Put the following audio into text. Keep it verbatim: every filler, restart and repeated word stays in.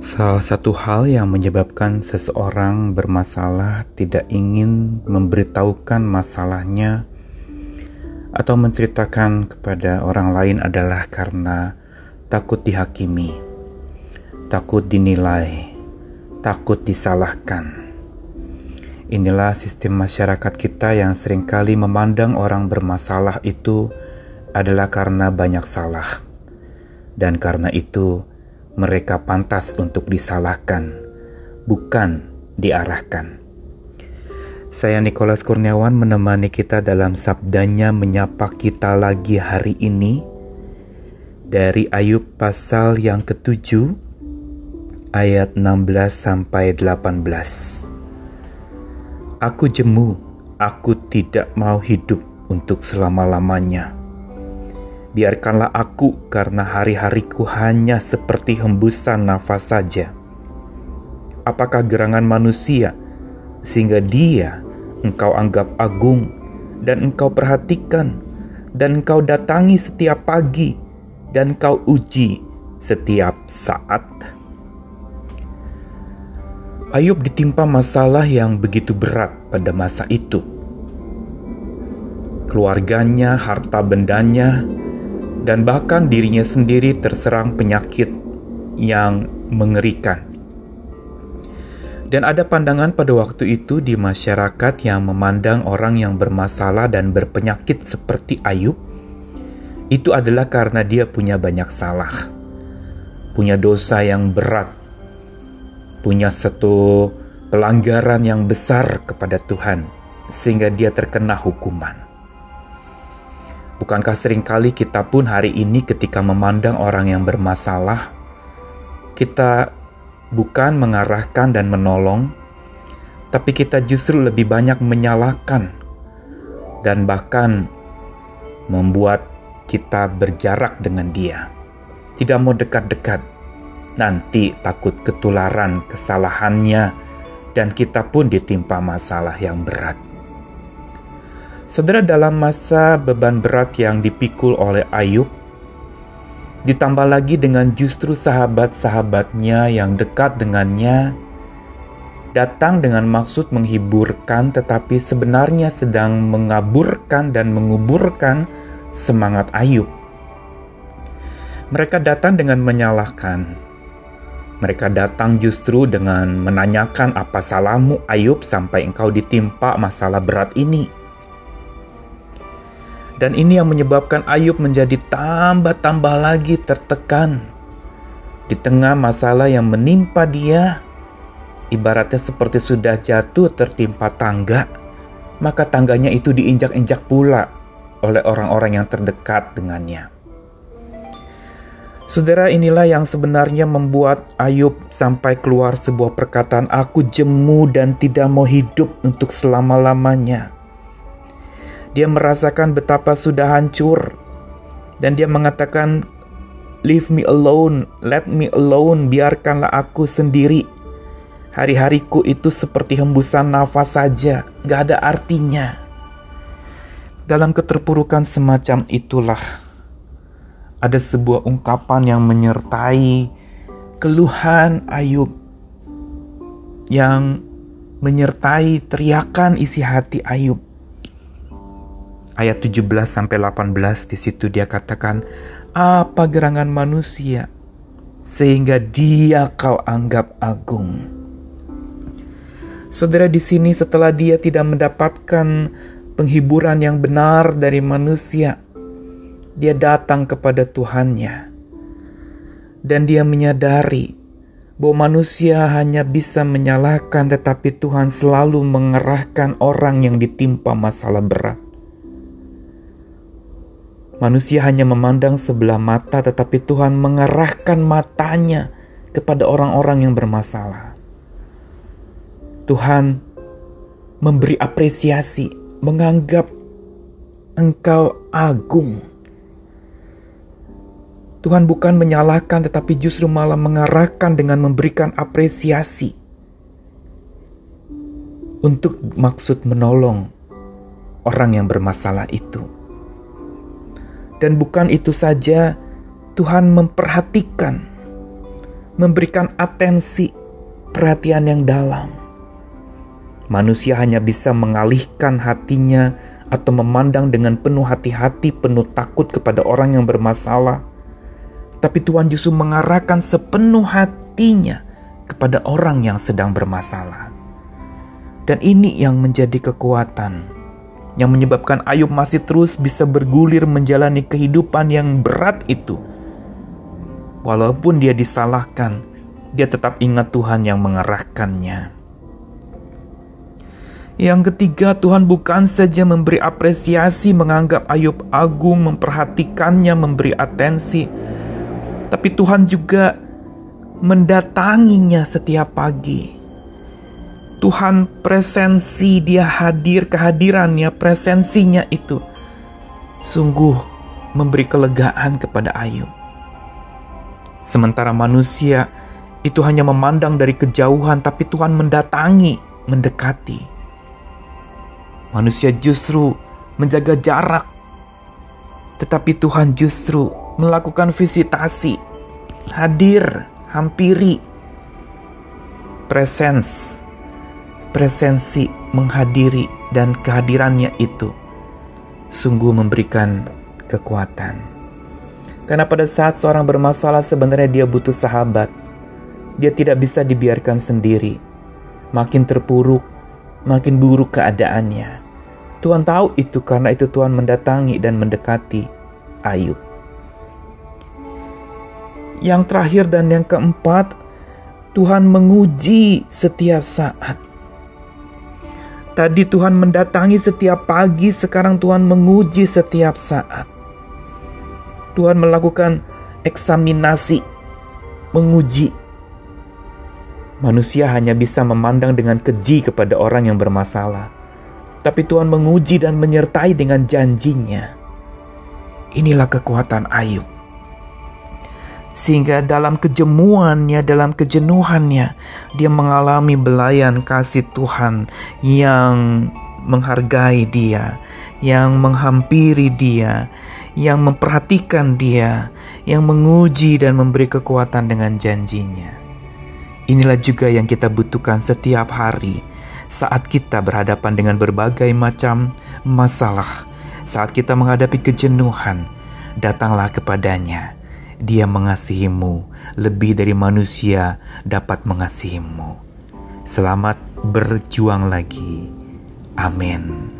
Salah satu hal yang menyebabkan seseorang bermasalah tidak ingin memberitahukan masalahnya atau menceritakan kepada orang lain adalah karena takut dihakimi, takut dinilai, takut disalahkan. Inilah sistem masyarakat kita yang seringkali memandang orang bermasalah itu adalah karena banyak salah. Dan karena itu, mereka pantas untuk disalahkan, bukan diarahkan. Saya Nikolas Kurniawan menemani kita dalam sabdanya menyapa kita lagi hari ini dari Ayub pasal yang ketujuh ayat enam belas sampai delapan belas. Aku jemu, aku tidak mau hidup untuk selama-lamanya. Biarkanlah aku, karena hari-hariku hanya seperti hembusan nafas saja. Apakah gerangan manusia, sehingga dia engkau anggap agung, dan engkau perhatikan, dan engkau datangi setiap pagi, dan engkau uji setiap saat? Ayub ditimpa masalah yang begitu berat pada masa itu. Keluarganya, harta bendanya, dan bahkan dirinya sendiri terserang penyakit yang mengerikan. Dan ada pandangan pada waktu itu di masyarakat yang memandang orang yang bermasalah dan berpenyakit seperti Ayub, itu adalah karena dia punya banyak salah, punya dosa yang berat, punya satu pelanggaran yang besar kepada Tuhan, sehingga dia terkena hukuman. Bukankah seringkali kita pun hari ini ketika memandang orang yang bermasalah, kita bukan mengarahkan dan menolong, tapi kita justru lebih banyak menyalahkan dan bahkan membuat kita berjarak dengan dia. Tidak mau dekat-dekat, nanti takut ketularan kesalahannya dan kita pun ditimpa masalah yang berat. Saudara, dalam masa beban berat yang dipikul oleh Ayub, ditambah lagi dengan justru sahabat-sahabatnya yang dekat dengannya, datang dengan maksud menghiburkan tetapi sebenarnya sedang mengaburkan dan menguburkan semangat Ayub. Mereka datang dengan menyalahkan. Mereka datang justru dengan menanyakan, apa salahmu Ayub sampai engkau ditimpa masalah berat ini? Dan ini yang menyebabkan Ayub menjadi tambah-tambah lagi tertekan. Di tengah masalah yang menimpa dia, ibaratnya seperti sudah jatuh tertimpa tangga, maka tangganya itu diinjak-injak pula oleh orang-orang yang terdekat dengannya. Saudara, inilah yang sebenarnya membuat Ayub sampai keluar sebuah perkataan, aku jemu dan tidak mau hidup untuk selama-lamanya. Dia merasakan betapa sudah hancur, dan dia mengatakan, leave me alone, let me alone, biarkanlah aku sendiri. Hari-hariku itu seperti hembusan nafas saja, gak ada artinya. Dalam keterpurukan semacam itulah, ada sebuah ungkapan yang menyertai keluhan Ayub, yang menyertai teriakan isi hati Ayub. Ayat tujuh belas sampai delapan belas, di situ dia katakan, apa gerangan manusia sehingga dia kau anggap agung? Saudara, di sini setelah dia tidak mendapatkan penghiburan yang benar dari manusia, dia datang kepada Tuhannya. Dan dia menyadari bahwa manusia hanya bisa menyalahkan, tetapi Tuhan selalu mengerahkan orang yang ditimpa masalah berat. Manusia hanya memandang sebelah mata, tetapi Tuhan mengerahkan matanya kepada orang-orang yang bermasalah. Tuhan memberi apresiasi, menganggap engkau agung. Tuhan bukan menyalahkan, tetapi justru malah mengarahkan dengan memberikan apresiasi untuk maksud menolong orang yang bermasalah itu. Dan bukan itu saja, Tuhan memperhatikan memberikan atensi, perhatian yang dalam. Manusia hanya bisa mengalihkan hatinya atau memandang dengan penuh hati-hati, penuh takut kepada orang yang bermasalah. Tapi Tuhan justru mengarahkan sepenuh hatinya kepada orang yang sedang bermasalah. Dan ini yang menjadi kekuatan, yang menyebabkan Ayub masih terus bisa bergulir menjalani kehidupan yang berat itu. Walaupun dia disalahkan, dia tetap ingat Tuhan yang mengarahkannya. Yang ketiga, Tuhan bukan saja memberi apresiasi, menganggap Ayub agung, memperhatikannya, memberi atensi, tapi Tuhan juga mendatanginya setiap pagi. Tuhan presensi, dia hadir, kehadirannya, presensinya itu sungguh memberi kelegaan kepada Ayub. Sementara manusia itu hanya memandang dari kejauhan, tapi Tuhan mendatangi, mendekati. Manusia justru menjaga jarak, tetapi Tuhan justru melakukan visitasi, hadir, hampiri, presence, presensi, menghadiri, dan kehadirannya itu sungguh memberikan kekuatan. Karena pada saat seorang bermasalah sebenarnya dia butuh sahabat. Dia tidak bisa dibiarkan sendiri. Makin terpuruk, makin buruk keadaannya. Tuhan tahu itu, karena itu Tuhan mendatangi dan mendekati Ayub. Yang terakhir dan yang keempat, Tuhan menguji setiap saat. Tadi Tuhan mendatangi setiap pagi, sekarang Tuhan menguji setiap saat. Tuhan melakukan eksaminasi, menguji. Manusia hanya bisa memandang dengan keji kepada orang yang bermasalah. Tapi Tuhan menguji dan menyertai dengan janjinya. Inilah kekuatan Ayub. Sehingga dalam kejemuannya, dalam kejenuhannya, dia mengalami belayan kasih Tuhan yang menghargai dia, yang menghampiri dia, yang memperhatikan dia, yang menguji dan memberi kekuatan dengan janjinya. Inilah juga yang kita butuhkan setiap hari saat kita berhadapan dengan berbagai macam masalah. Saat kita menghadapi kejenuhan, datanglah kepadanya. Dia mengasihimu lebih dari manusia dapat mengasihimu. Selamat berjuang lagi. Amin.